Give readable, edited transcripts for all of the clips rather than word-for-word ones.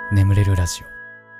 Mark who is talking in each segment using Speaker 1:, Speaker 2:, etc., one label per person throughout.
Speaker 1: 眠れるラジオ。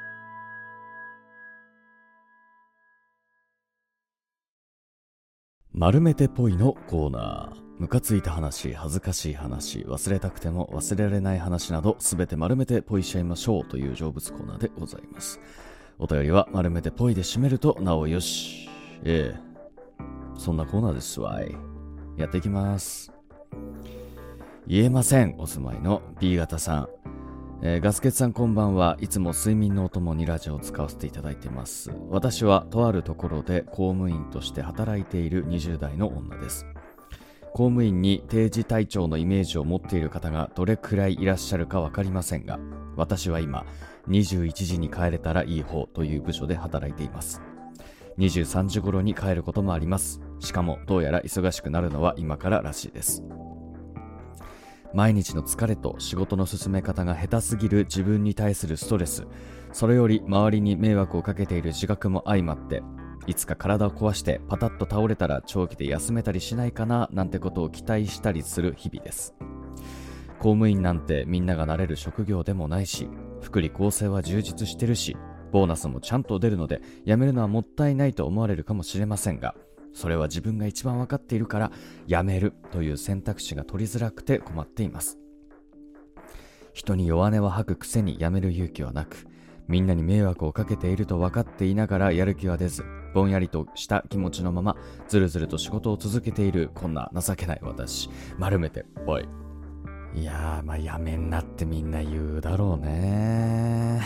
Speaker 2: 丸めてぽいのコーナー。ムカついた話、恥ずかしい話、忘れたくても忘れられない話などすべて丸めてぽいしちゃいましょうという成仏コーナーでございます。お便りは丸めてぽいで締めるとなおよし。そんなコーナーですわい。やっていきます。言えませんお住まいの B 型さん。ガスケツさんこんばんは。いつも睡眠のお供にラジオを使わせていただいてます。私はとあるところで公務員として働いている20代の女です。公務員に定時退庁のイメージを持っている方がどれくらいいらっしゃるかわかりませんが、私は今21時に帰れたらいい方という部署で働いています。23時頃に帰ることもあります。しかもどうやら忙しくなるのは今かららしいです。毎日の疲れと仕事の進め方が下手すぎる自分に対するストレス、それより周りに迷惑をかけている自覚も相まって、いつか体を壊してパタッと倒れたら長期で休めたりしないかななんてことを期待したりする日々です。公務員なんてみんながなれる職業でもないし、福利厚生は充実してるし、ボーナスもちゃんと出るので辞めるのはもったいないと思われるかもしれませんが、それは自分が一番分かっているから辞めるという選択肢が取りづらくて困っています。人に弱音を吐くくせに辞める勇気はなく、みんなに迷惑をかけていると分かっていながらやる気は出ず、ぼんやりとした気持ちのままずるずると仕事を続けているこんな情けない私、丸めてぽい。いやー、辞めんなってみんな言うだろうね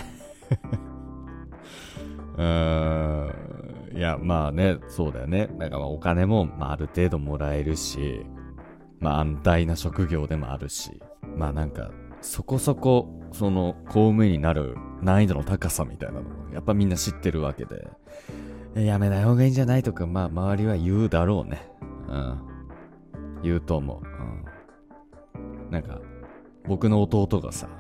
Speaker 2: いやそうだよね。だからお金もある程度もらえるし、安泰な職業でもあるし、そこそこその公務員になる難易度の高さみたいなのもやっぱみんな知ってるわけで、やめない方がいいんじゃないとか周りは言うだろうね。言うと思う。僕の弟がさ、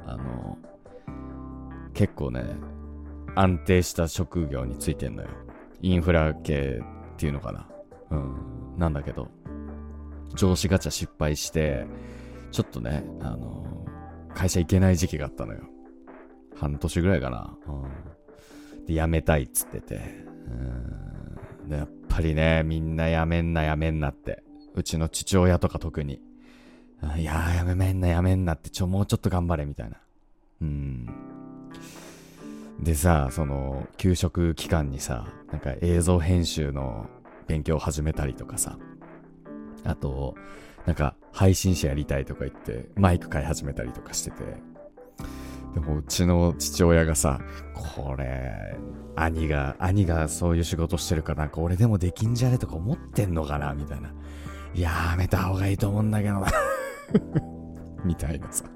Speaker 2: 結構ね安定した職業についてんのよ。インフラ系っていうのかな。なんだけど、上司ガチャ失敗して、ちょっとね、会社行けない時期があったのよ。半年ぐらいかな。で、辞めたいっつってて。で、やっぱりね、みんな辞めんなって。うちの父親とか特に。いやー、辞めんなって、もうちょっと頑張れ、みたいな。でさ、その給食期間にさ、映像編集の勉強を始めたりとかさ、あと配信者やりたいとか言ってマイク買い始めたりとかしてて、でもうちの父親がさ、これ兄がそういう仕事してるから俺でもできんじゃねとか思ってんのかなみたいな。やめた方がいいと思うんだけどなみたいなさ。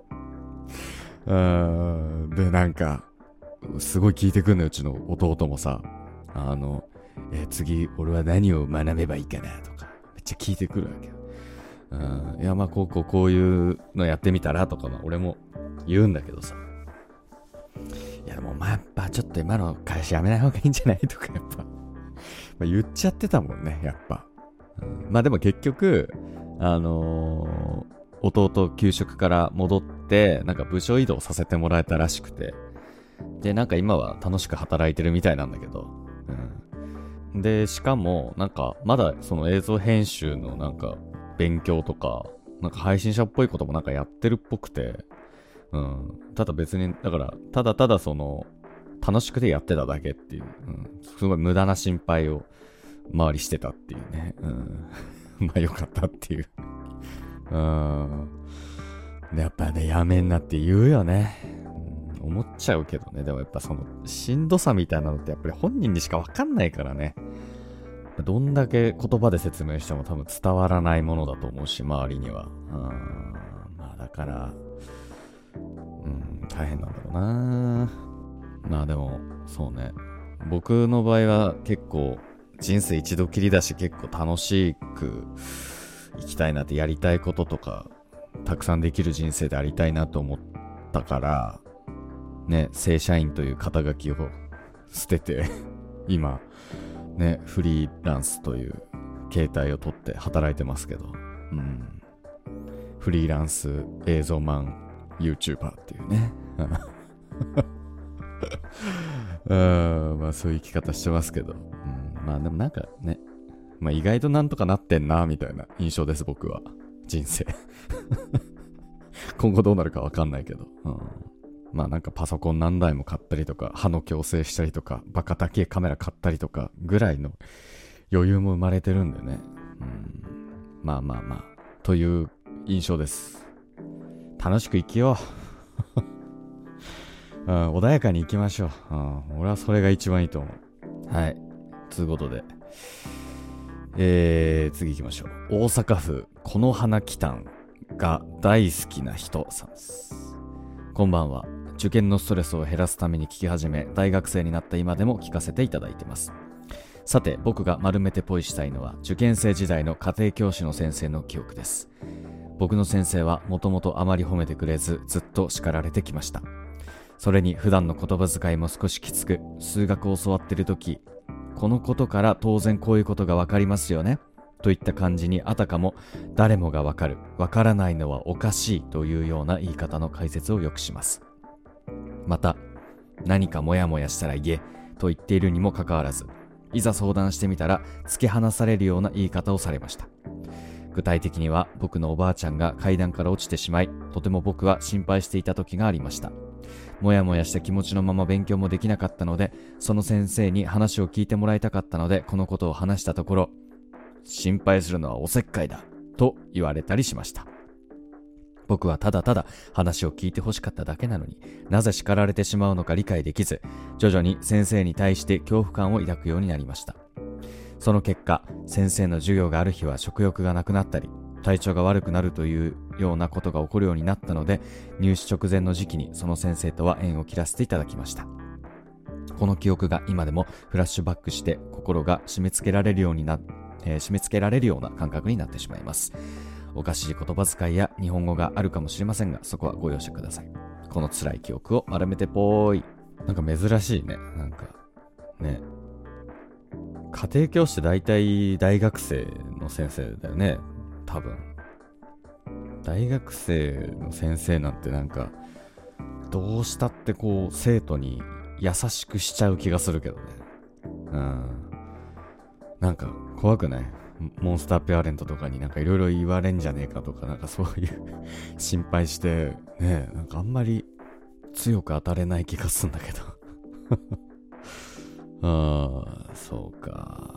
Speaker 2: ですごい聞いてくんのよ、うちの弟もさ。次俺は何を学べばいいかなとかめっちゃ聞いてくるわけよ。いやこういうのやってみたらとか俺も言うんだけどさ、いやでもやっぱちょっと今の会社辞めない方がいいんじゃないとかやっぱ言っちゃってたもんね、やっぱ。でも結局弟給食から戻って部署移動させてもらえたらしくて、で今は楽しく働いてるみたいなんだけど、でしかもまだその映像編集の勉強とか配信者っぽいこともやってるっぽくて、ただ別にただその楽しくてやってただけっていう、すごい無駄な心配を周りしてたっていうね。よかったっていう。でやっぱね、やめんなって言うよね。思っちゃうけどね。でもやっぱそのしんどさみたいなのってやっぱり本人にしかわかんないからね。どんだけ言葉で説明しても多分伝わらないものだと思うし、周りには。だから、大変なんだろうな。でも、そうね。僕の場合は結構人生一度きりだし、結構楽しく生きたいなって、やりたいこととかたくさんできる人生でありたいなと思ったからね、正社員という肩書きを捨てて今ね、フリーランスという形態を取って働いてますけど、フリーランス映像マン YouTuber っていうねまあそういう生き方してますけど、まあでもなんかね、まあ意外となんとかなってんなみたいな印象です、僕は。人生今後どうなるかわかんないけど、まあなんかパソコン何台も買ったりとか、歯の矯正したりとか、バカ高いカメラ買ったりとかぐらいの余裕も生まれてるんでね、まあまあまあという印象です。楽しく生きよう穏やかに生きましょう、俺はそれが一番いいと思う。はい、ということで次行きましょう。大阪府この花きたんが大好きな人さんです。こんばんは。受験のストレスを減らすために聞き始め、大学生になった今でも聞かせていただいてます。さて、僕が丸めてポイしたいのは受験生時代の家庭教師の先生の記憶です。僕の先生はもともとあまり褒めてくれず、ずっと叱られてきました。それに普段の言葉遣いも少しきつく、数学を教わっているとき、このことから当然こういうことがわかりますよねといった感じに、あたかも誰もがわかる、わからないのはおかしいというような言い方の解説をよくします。また、何かモヤモヤしたら言えと言っているにもかかわらず、いざ相談してみたら突き放されるような言い方をされました。具体的には、僕のおばあちゃんが階段から落ちてしまい、とても僕は心配していた時がありました。もやもやした気持ちのまま勉強もできなかったので、その先生に話を聞いてもらいたかったので、このことを話したところ、心配するのはおせっかいだと言われたりしました。僕はただただ話を聞いてほしかっただけなのに、なぜ叱られてしまうのか理解できず、徐々に先生に対して恐怖感を抱くようになりました。その結果、先生の授業がある日は食欲がなくなったり、体調が悪くなるというようなことが起こるようになったので、入試直前の時期にその先生とは縁を切らせていただきました。この記憶が今でもフラッシュバックして心が締め付けられるような感覚になってしまいます。おかしい言葉遣いや日本語があるかもしれませんが、そこはご容赦ください。この辛い記憶を丸めてぽーい。なんか珍しいね。なんかね、家庭教師って大体大学生の先生だよね、多分。大学生の先生なんてなんかどうしたってこう生徒に優しくしちゃう気がするけどね。なんか怖くない？モンスターペアレントとかになんかいろいろ言われんじゃねえかとか、なんかそういう心配してね、なんかあんまり強く当たれない気がするんだけどそうか。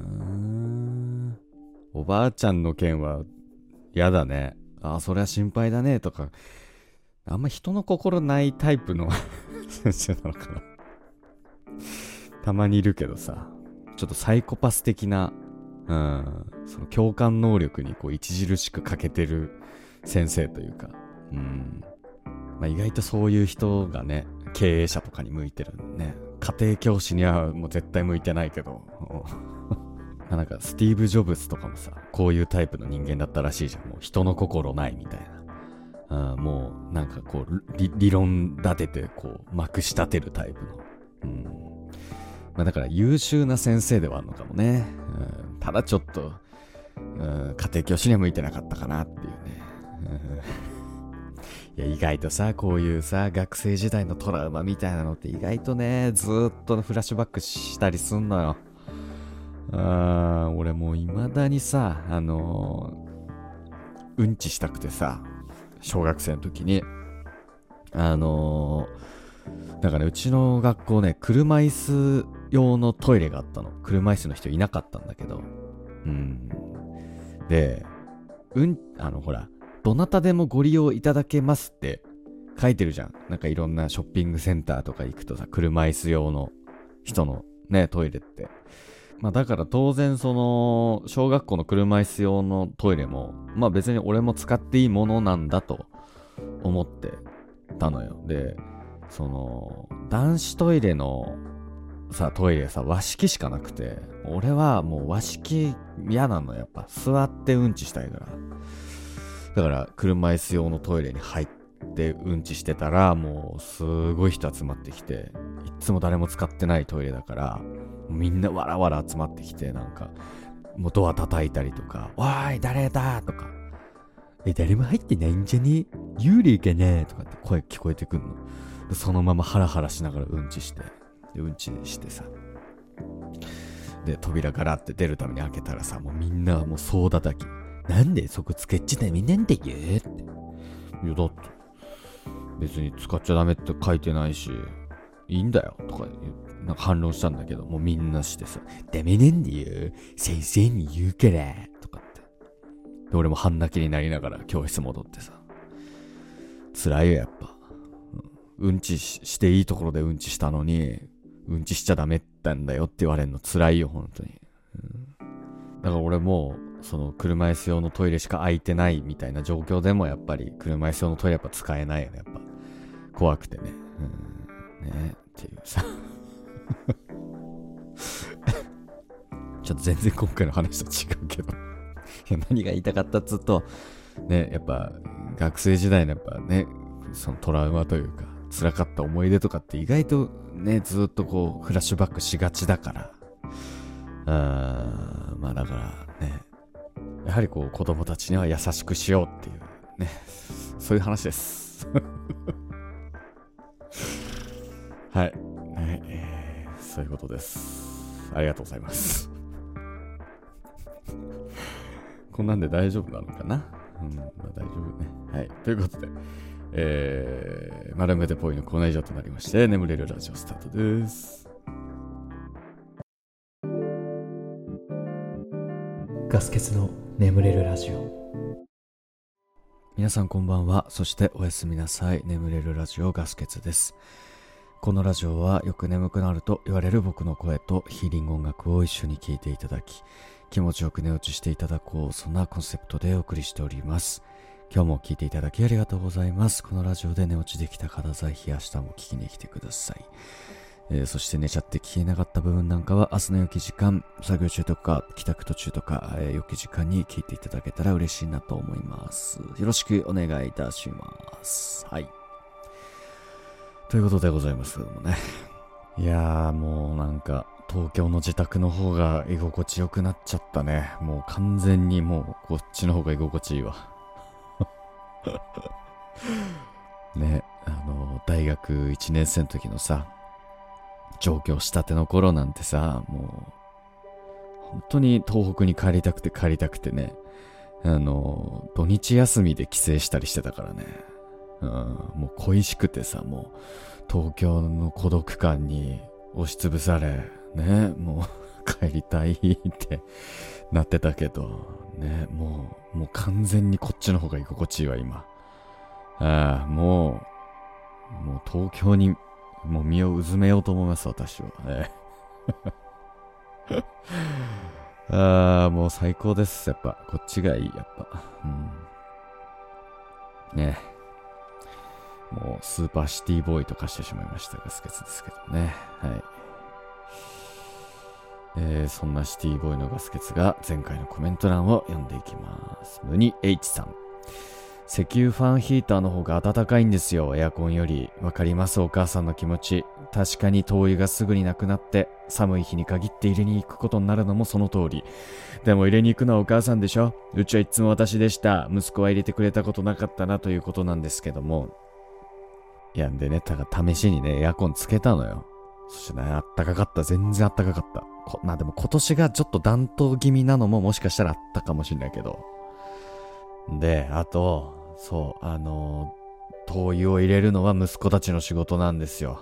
Speaker 2: おばあちゃんの件は嫌だね。そりゃ心配だねとか、あんま人の心ないタイプの先生なのかな。たまにいるけどさ、ちょっとサイコパス的な、その共感能力にこう著しく欠けてる先生というか、まあ、意外とそういう人がね、経営者とかに向いてるね。家庭教師にはもう絶対向いてないけどなんかスティーブ・ジョブズとかもさ、こういうタイプの人間だったらしいじゃん。もう人の心ないみたいな。もうなんかこう理論立ててこうまくし立てるタイプの。まあ、だから優秀な先生ではあるのかもね。ただちょっと、家庭教師には向いてなかったかなっていうね。いや意外とさ、こういうさ学生時代のトラウマみたいなのって意外とね、ずーっとフラッシュバックしたりすんのよ。俺もう未だにさ、うんちしたくてさ、小学生の時にだからうちの学校ね、車椅子用のトイレがあったの。車椅子の人いなかったんだけど、で、ほら、どなたでもご利用いただけますって書いてるじゃん。なんかいろんなショッピングセンターとか行くとさ、車椅子用の人のね、トイレって。まあだから当然その、小学校の車椅子用のトイレも、まあ別に俺も使っていいものなんだと思ってたのよ。で、その、男子トイレのさ、トイレさ、和式しかなくて、俺はもう和式嫌なの。やっぱ座ってうんちしたいから。だから車椅子用のトイレに入ってうんちしてたら、もうすごい人集まってきて、いつも誰も使ってないトイレだから、みんなわらわら集まってきて、なんかもうドア叩いたりとか、おーい誰だとか、誰も入ってないんじゃね、幽霊かなとかって声聞こえてくんの。 でそのままハラハラしながらうんちして、でうんちしてさ、で扉ガラって出るために開けたらさ、もうみんなもう総叩き。なんでそこ使っちゃダメなんだよって。いやだって別に使っちゃダメって書いてないし、いいんだよとかなんか反論したんだけど、もうみんなしてさ、ダメなんだよ先生に言うからとかって。で俺も半泣きになりながら教室戻ってさ、辛いよやっぱ。うんちしていいところでうんちしたのに、うんちしちゃダメなんだよって言われるの辛いよ本当に。だから俺もその車椅子用のトイレしか空いてないみたいな状況でもやっぱり車椅子用のトイレやっぱ使えないよね、やっぱ怖くてね。ねっていうさちょっと全然今回の話と違うけどいや何が言いたかったっつうとね、やっぱ学生時代のやっぱね、そのトラウマというか辛かった思い出とかって意外とね、ずっとこうフラッシュバックしがちだから、まあだからね、やはりこう子供たちには優しくしようっていうね、そういう話ですはい、そういうことです。ありがとうございますこんなんで大丈夫なのかな。まあ大丈夫ね。はい、ということで丸めてぽいのコーナー以上となりまして、眠れるラジオスタートです。
Speaker 1: ガス欠の眠れるラジオ。
Speaker 2: 皆さんこんばんは。そしておやすみなさい。眠れるラジオガス欠です。このラジオはよく眠くなると言われる僕の声とヒーリング音楽を一緒に聴いていただき、気持ちよく寝落ちしていただこう、そんなコンセプトでお送りしております。今日も聞いていただきありがとうございます。このラジオで寝落ちできた方、ぜひ明日も聞きに来てください。そして寝ちゃって聞けなかった部分なんかは明日の良き時間、作業中とか帰宅途中とか、良き時間に聞いていただけたら嬉しいなと思います。よろしくお願いいたします。はい。ということでございますけどもね。いやーもうなんか東京の自宅の方が居心地よくなっちゃったね。もう完全にもうこっちの方が居心地いいわ。ね、大学1年生の時のさ、上京したての頃なんてさ、もう本当に東北に帰りたくてね、土日休みで帰省したりしてたからね。もう恋しくてさ、もう東京の孤独感に押しつぶされね、もう帰りたいってなってたけどね、もう完全にこっちの方が居心地いいわ今。もう東京にもう身をうずめようと思います私は。もう最高です。やっぱこっちがいい、やっぱ。ね、もうスーパーシティボーイと化してしまいましたガス欠ですけどね。はい。そんなシティボーイのガス欠が前回のコメント欄を読んでいきます。ムニ H さん。石油ファンヒーターの方が暖かいんですよ、エアコンより。わかりますお母さんの気持ち。確かに灯油がすぐになくなって寒い日に限って入れに行くことになるのもその通り。でも入れに行くのはお母さんでしょ。うちはいつも私でした。息子は入れてくれたことなかったなということなんですけども、いやんでね、試しにねエアコンつけたのよ。そしてね、あったかかった。全然あったかかった。まあでも今年がちょっと暖冬気味なのももしかしたらあったかもしれないけど。で、あとそう、灯油を入れるのは息子たちの仕事なんですよ。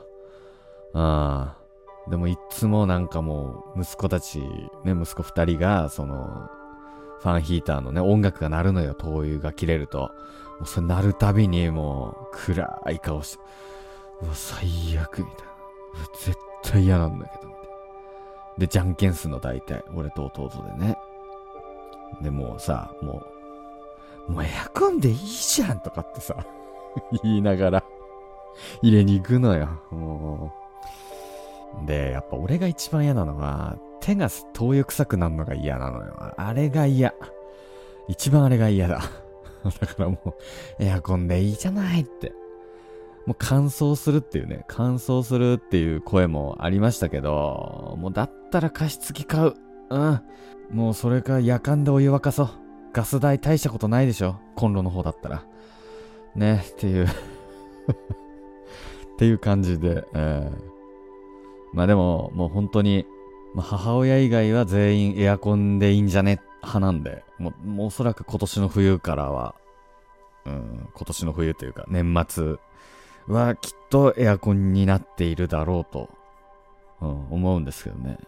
Speaker 2: でもいつもなんかもう息子たちね、息子2人がそのファンヒーターのね音楽が鳴るのよ。灯油が切れると、もうそれ鳴るたびにもう暗い顔して、うわ最悪みたいな、絶対嫌なんだけどみたいな。でじゃんけんすんの大体俺と弟でね。でもうさ、もうエアコンでいいじゃんとかってさ言いながら入れに行くのよ。もうでやっぱ俺が一番嫌なのは手が灯油臭くなるのが嫌なのよ。あれが嫌。一番あれが嫌だだからもうエアコンでいいじゃないって。もう乾燥するっていうね、乾燥するっていう声もありましたけど、もうだったら加湿器買う。もうそれか夜間でお湯沸かそう。ガス代大したことないでしょ、コンロの方だったらねっていうっっていう感じで、まあでももう本当に、まあ、母親以外は全員エアコンでいいんじゃね派なんで、もうおそらく今年の冬からは、今年の冬というか年末はきっとエアコンになっているだろうと、思うんですけどね。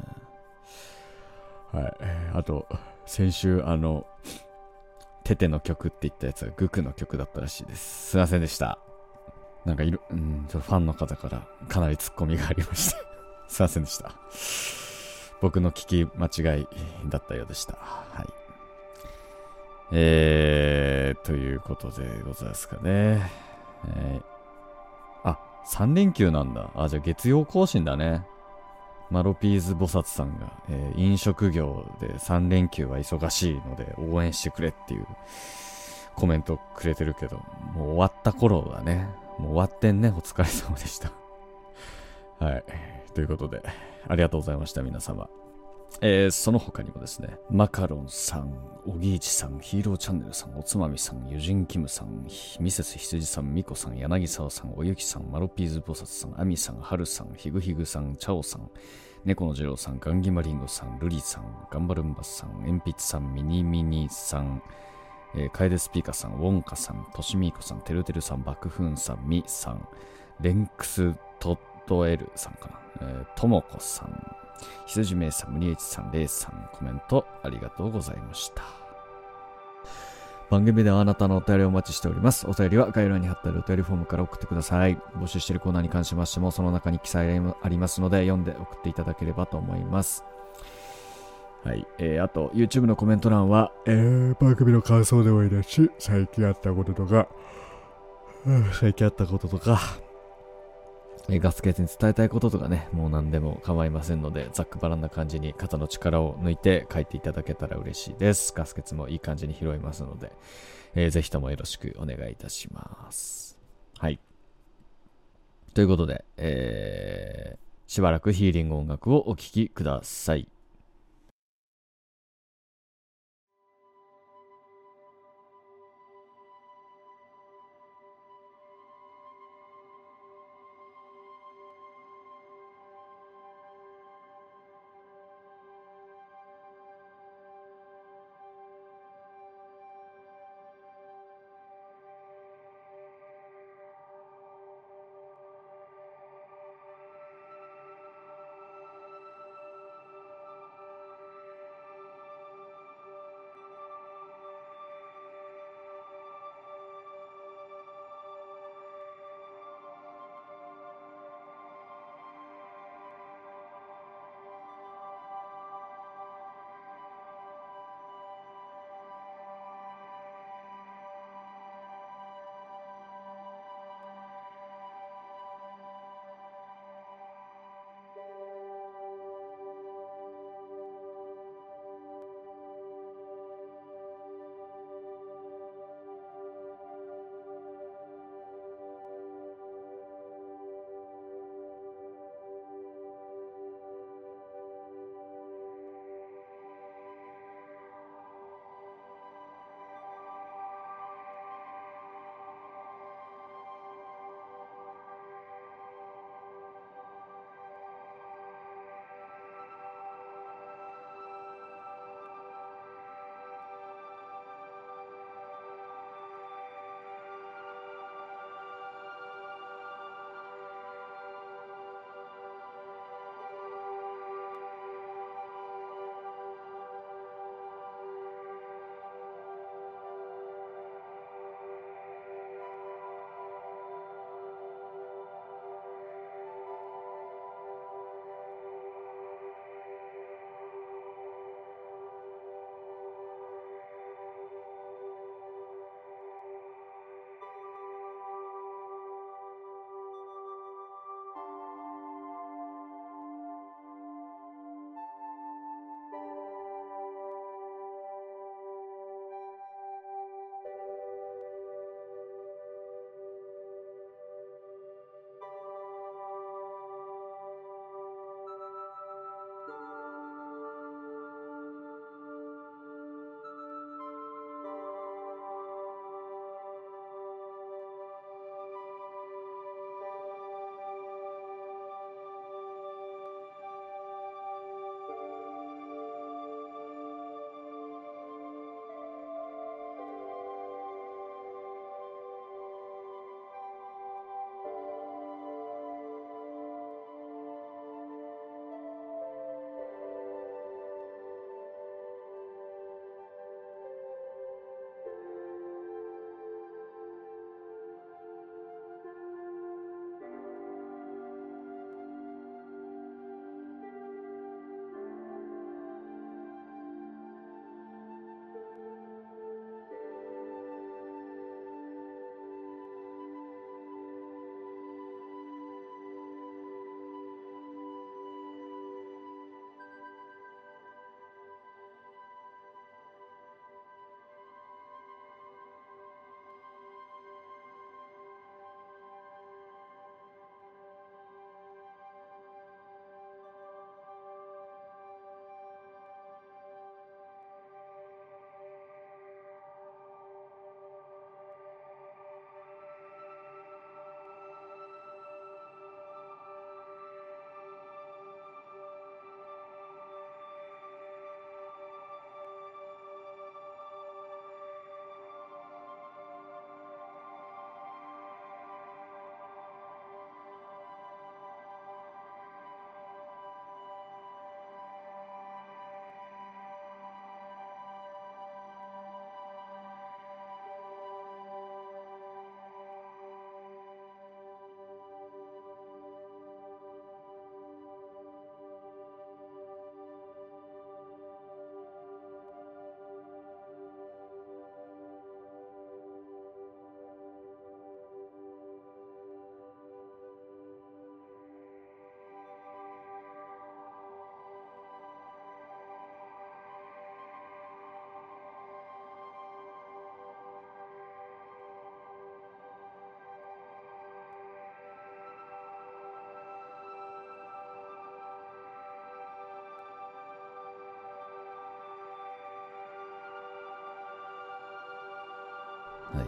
Speaker 2: はい。あと、先週テテの曲って言ったやつがグクの曲だったらしいです。すいませんでした。なんかちょっとファンの方からかなりツッコミがありましてすいませんでした。僕の聞き間違いだったようでした。はい。ということでございますかね。3連休なんだ。じゃあ月曜更新だね。マロピーズ菩薩さんが、飲食業で3連休は忙しいので応援してくれっていうコメントくれてるけど、もう終わった頃だね。もう終わってんね。お疲れ様でした。はい。ということで、ありがとうございました、皆様。その他にもですね、マカロンさん、おぎいちさん、ヒーローチャンネルさん、おつまみさん、ユジンキムさん、ミセス羊さん、ミコさん、柳沢さん、おゆきさん、マロピーズ菩薩さん、アミさん、ハルさん、ヒグヒグさん、チャオさん、猫の次郎さん、ガンギマリンゴさん、ルリさん、ガンバルンバスさん、エンピツさん、ミニミニさん、カエデスピーカーさん、ウォンカさん、トシミーコさん、テルテルさん、バクフーンさん、ミさん、レンクストッドエルさんかな、ともこさん、羊めいさん、ムニエチさん、レイさん、コメントありがとうございました。番組ではあなたのお便りをお待ちしております。お便りは概要欄に貼ってあるお便りフォームから送ってください。募集しているコーナーに関しましても、その中に記載ありますので、読んで送っていただければと思います。はい。あと、YouTube のコメント欄は、番組の感想でもいいですし、最近あったこととか、ガスケツに伝えたいこととかね、もう何でも構いませんので、ざっくばらんな感じに肩の力を抜いて書いていただけたら嬉しいです。ガスケツもいい感じに拾いますので、ぜひともよろしくお願いいたします。はい。ということで、しばらくヒーリング音楽をお聴きください。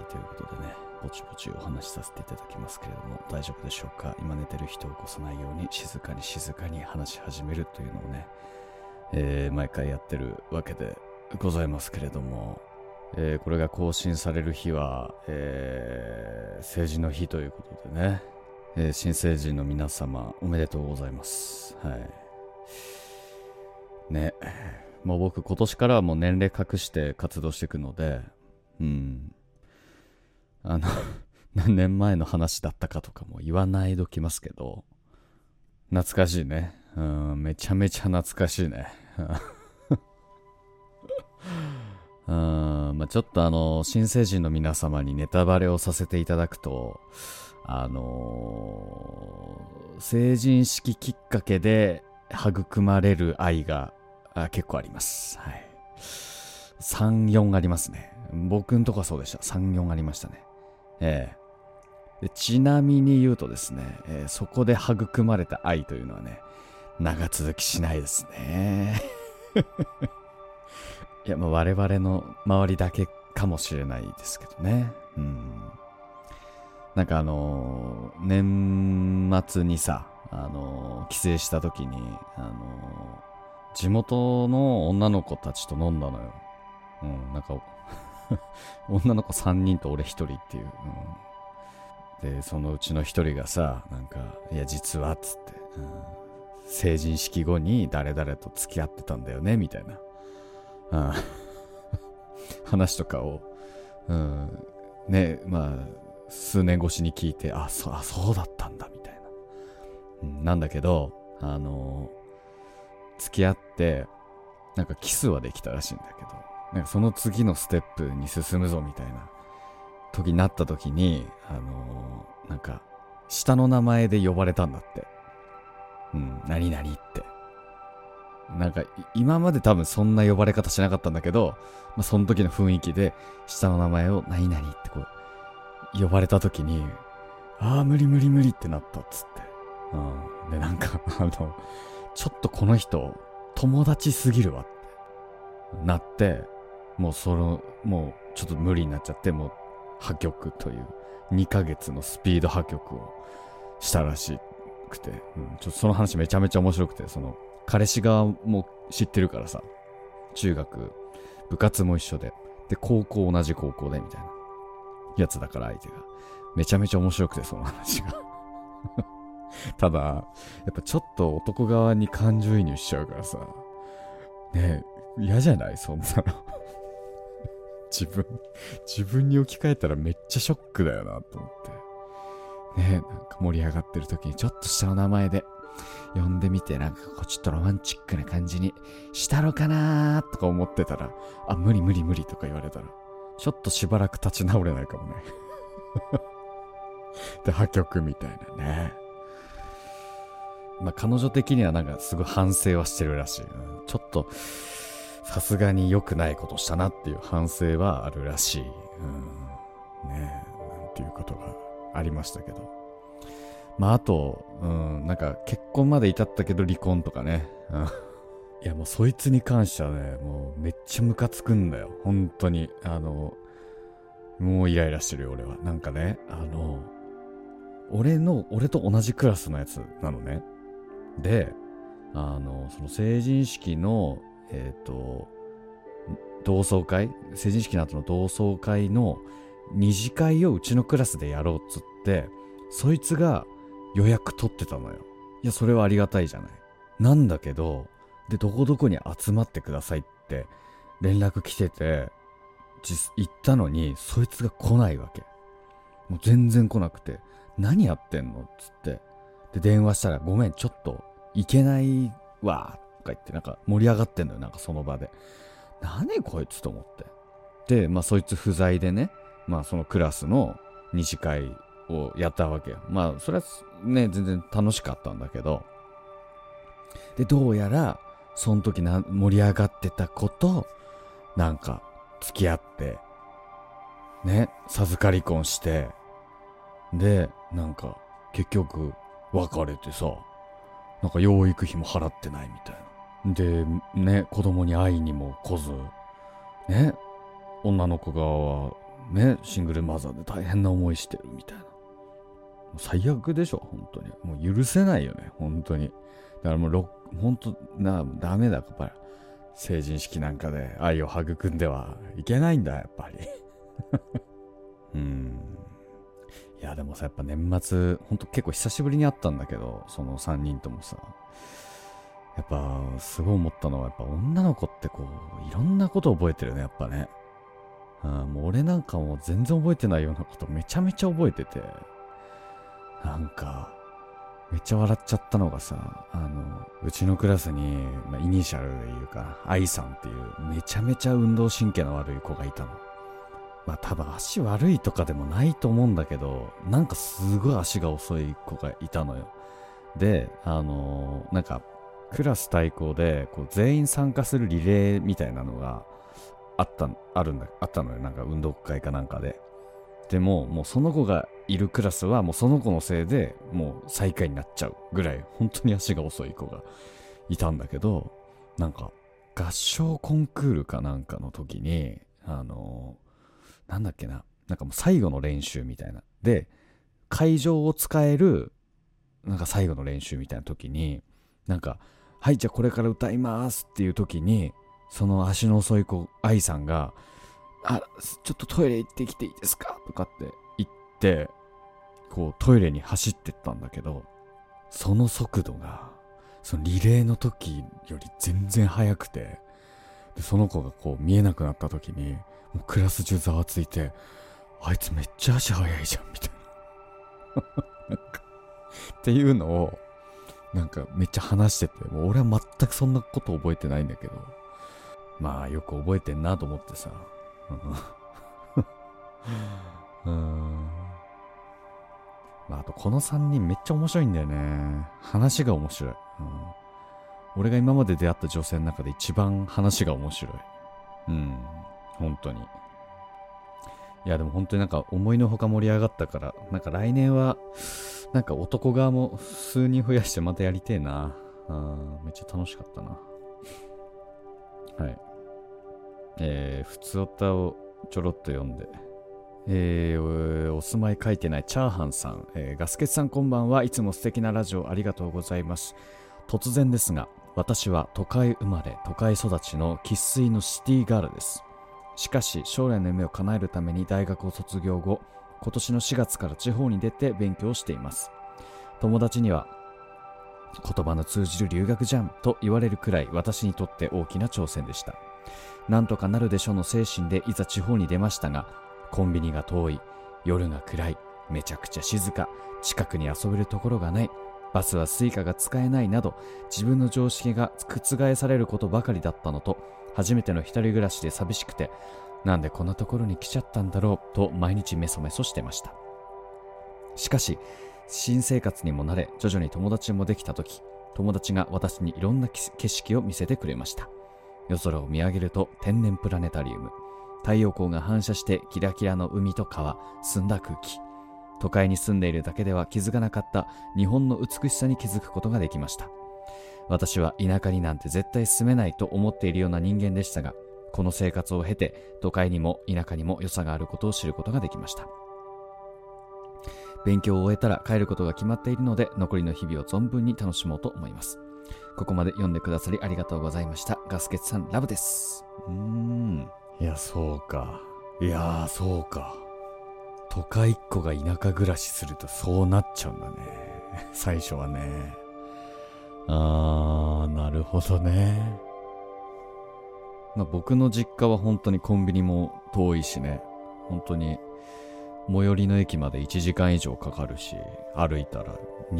Speaker 2: ということでね、ぼちぼちお話しさせていただきますけれども、大丈夫でしょうか。今寝てる人を起こさないように静かに話し始めるというのをね、毎回やってるわけでございますけれども、これが更新される日は、成人の日ということでね、新成人の皆様おめでとうございます。はいね、もう僕今年からはもう年齢隠して活動していくので、何年前の話だったかとかも言わないときますけど、懐かしいね。めちゃめちゃ懐かしいね。ちょっと新成人の皆様にネタバレをさせていただくと、成人式きっかけで育まれる愛が結構あります。はい。3、4ありますね。僕んとこはそうでした。3、4ありましたね。でちなみに言うとですね、そこで育まれた愛というのはね、長続きしないですね。いや、我々の周りだけかもしれないですけどね。なんか年末にさ、帰省した時に、地元の女の子たちと飲んだのよ。なんか、女の子3人と俺1人っていう。で、そのうちの1人がさ、なんか、いや、実は、つって、成人式後に誰々と付き合ってたんだよね、みたいな。話とかを、ね、数年越しに聞いて、そうだったんだ、みたいな。なんだけど、付き合って、なんかキスはできたらしいんだけど、なんかその次のステップに進むぞ、みたいな時になった時に、なんか、下の名前で呼ばれたんだって。何々って。なんか、今まで多分そんな呼ばれ方しなかったんだけど、その時の雰囲気で、下の名前を何々ってこう、呼ばれた時に、無理ってなったっつって。で、なんか、ちょっとこの人、友達すぎるわってなって、もうもうちょっと無理になっちゃって、もう破局という2ヶ月のスピード破局をしたらしくて、ちょっとその話めちゃめちゃ面白くて、彼氏側も知ってるからさ、中学、部活も一緒で、高校同じ高校でみたいなやつだから相手が。めちゃめちゃ面白くて、その話が。ただ、やっぱちょっと男側に感情移入しちゃうからさ、ねえ、嫌じゃないそんなの。自分に置き換えたらめっちゃショックだよなと思って。ねえ、なんか盛り上がってる時にちょっと下の名前で呼んでみて、なんかちょっとロマンチックな感じにしたろかなーとか思ってたら、無理とか言われたら、ちょっとしばらく立ち直れないかもね。で、破局みたいなね。彼女的にはなんかすごい反省はしてるらしい。ちょっと、さすがに良くないことしたなっていう反省はあるらしい。ねえ、なんていうことがありましたけど。あと、なんか結婚まで至ったけど離婚とかね。いやもうそいつに関してはね、もうめっちゃムカつくんだよ。本当に。もうイライラしてるよ、俺は。なんかね、俺と同じクラスのやつなのね。で、その成人式の、同窓会、成人式の後の同窓会の二次会をうちのクラスでやろうっつって、そいつが予約取ってたのよ。いや、それはありがたいじゃない。なんだけど、で、どこどこに集まってくださいって連絡来てて、行ったのに、そいつが来ないわけ。もう全然来なくて、何やってんのっつって。で、電話したら、ごめん、ちょっと、行けないわ、とか言って、なんか盛り上がってんのよ、なんかその場で。何こいつと思って。で、そいつ不在でね、そのクラスの二次会をやったわけよ。それはね、全然楽しかったんだけど。で、どうやら、その時盛り上がってた子と、なんか、付き合って、ね、授かり婚して、で、なんか、結局、別れてさ、なんか養育費も払ってないみたいな。で、ね、子供に会いにも来ず、ね、女の子側はね、シングルマザーで大変な思いしてるみたいな。最悪でしょ、本当に。もう許せないよね、本当に。だからもう本当ダメだ、やっぱり。成人式なんかで愛を育んではいけないんだ、やっぱり。いや、でもさ、やっぱ年末、ほんと結構久しぶりに会ったんだけど、その3人ともさ、やっぱすごい思ったのは、やっぱ女の子ってこういろんなこと覚えてるね、やっぱね。もう俺なんかもう全然覚えてないようなことめちゃめちゃ覚えてて、なんかめっちゃ笑っちゃったのがさ、うちのクラスに、イニシャルで言うか愛さんっていうめちゃめちゃ運動神経の悪い子がいたの。多分足悪いとかでもないと思うんだけど、なんかすごい足が遅い子がいたのよ。で、なんかクラス対抗でこう全員参加するリレーみたいなのがあったのよ。なんか運動会かなんかで。でもうその子がいるクラスはもうその子のせいでもう最下位になっちゃうぐらい本当に足が遅い子がいたんだけど、なんか合唱コンクールかなんかの時になんだっけな、なんかもう最後の練習みたいなで会場を使えるなんか最後の練習みたいな時に、なんかはいじゃあこれから歌いますっていう時に、その足の遅い子愛さんがちょっとトイレ行ってきていいですかとかって言ってこうトイレに走ってったんだけど、その速度がそのリレーの時より全然速くて、でその子がこう見えなくなった時にもうクラス中ざわついて、あいつめっちゃ足速いじゃんみたいなっていうのをなんかめっちゃ話してて、もう俺は全くそんなこと覚えてないんだけど、まあよく覚えてんなと思ってさあとこの3人めっちゃ面白いんだよね。話が面白い、俺が今まで出会った女性の中で一番話が面白い。本当に。いやでも本当になんか思いのほか盛り上がったから、なんか来年はなんか男側も数人増やしてまたやりてえな。めっちゃ楽しかったな。はい。普通歌をちょろっと読んで、お住まい書いてないチャーハンさん、ガスケツさんこんばんは。いつも素敵なラジオありがとうございます。突然ですが、私は都会生まれ都会育ちの生粋のシティガールです。しかし将来の夢を叶えるために大学を卒業後、今年の4月から地方に出て勉強しています。友達には言葉の通じる留学じゃんと言われるくらい私にとって大きな挑戦でした。なんとかなるでしょうの精神でいざ地方に出ましたが、コンビニが遠い、夜が暗い、めちゃくちゃ静か、近くに遊べるところがない、バスはスイカが使えないなど、自分の常識が覆されることばかりだったのと、初めての一人暮らしで寂しくて、なんでこんなところに来ちゃったんだろうと毎日メソメソしてました。しかし新生活にも慣れ、徐々に友達もできた時、友達が私にいろんな景色を見せてくれました。夜空を見上げると天然プラネタリウム、太陽光が反射してキラキラの海と川、澄んだ空気。都会に住んでいるだけでは気づかなかった日本の美しさに気づくことができました。私は田舎になんて絶対住めないと思っているような人間でしたが、この生活を経て都会にも田舎にも良さがあることを知ることができました。勉強を終えたら帰ることが決まっているので、残りの日々を存分に楽しもうと思います。ここまで読んでくださりありがとうございました。ガスケツさんラブです。いやそうか、そうか、都会っ子が田舎暮らしするとそうなっちゃうんだね最初はね。なるほどね。僕の実家は本当にコンビニも遠いしね、本当に最寄りの駅まで1時間以上かかるし、歩いたら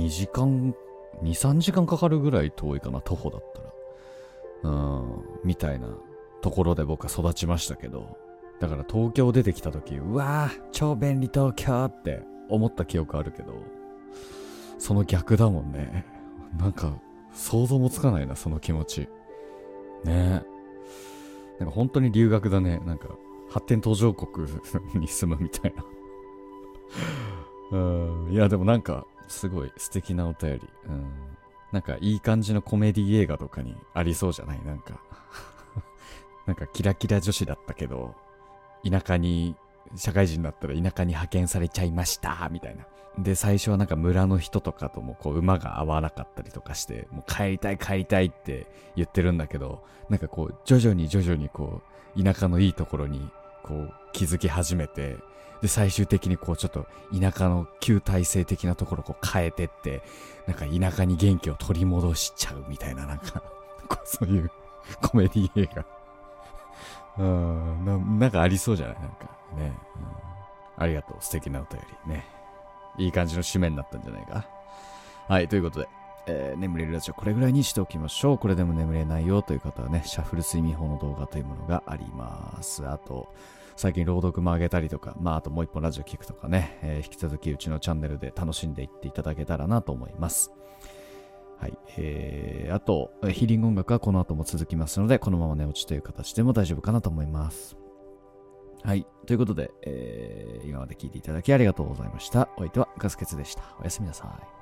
Speaker 2: 2、3時間かかるぐらい遠いかな、徒歩だったら。みたいなところで僕は育ちましたけど、だから東京出てきた時、うわー超便利東京って思った記憶あるけど、その逆だもんね。なんか想像もつかないな、その気持ちね。なんか本当に留学だね。なんか発展途上国に住むみたいな。いやでもなんかすごい素敵なお便り。なんかいい感じのコメディ映画とかにありそうじゃない？なんかなんかキラキラ女子だったけど田舎に社会人になったら田舎に派遣されちゃいましたみたいな。で最初はなんか村の人とかともこう馬が合わなかったりとかして、もう帰りたいって言ってるんだけど、なんかこう徐々にこう田舎のいいところにこう気づき始めて、で最終的にこうちょっと田舎の旧体制的なところをこう変えてって、なんか田舎に元気を取り戻しちゃうみたいな、なんかこうそういうコメディ映画なんかありそうじゃない？なんかね、ありがとう、素敵なお便りね。いい感じの締めになったんじゃないか。はい、ということで、眠れるラジオこれぐらいにしておきましょう。これでも眠れないよという方はね、シャッフル睡眠法の動画というものがあります。あと最近朗読も上げたりとか、あともう一本ラジオ聞くとかね、引き続きうちのチャンネルで楽しんでいっていただけたらなと思います。はい、あとヒーリング音楽はこの後も続きますので、このまま寝落ちという形でも大丈夫かなと思います。はい、ということで、今まで聞いていただきありがとうございました。お相手はガスケツでした。おやすみなさい。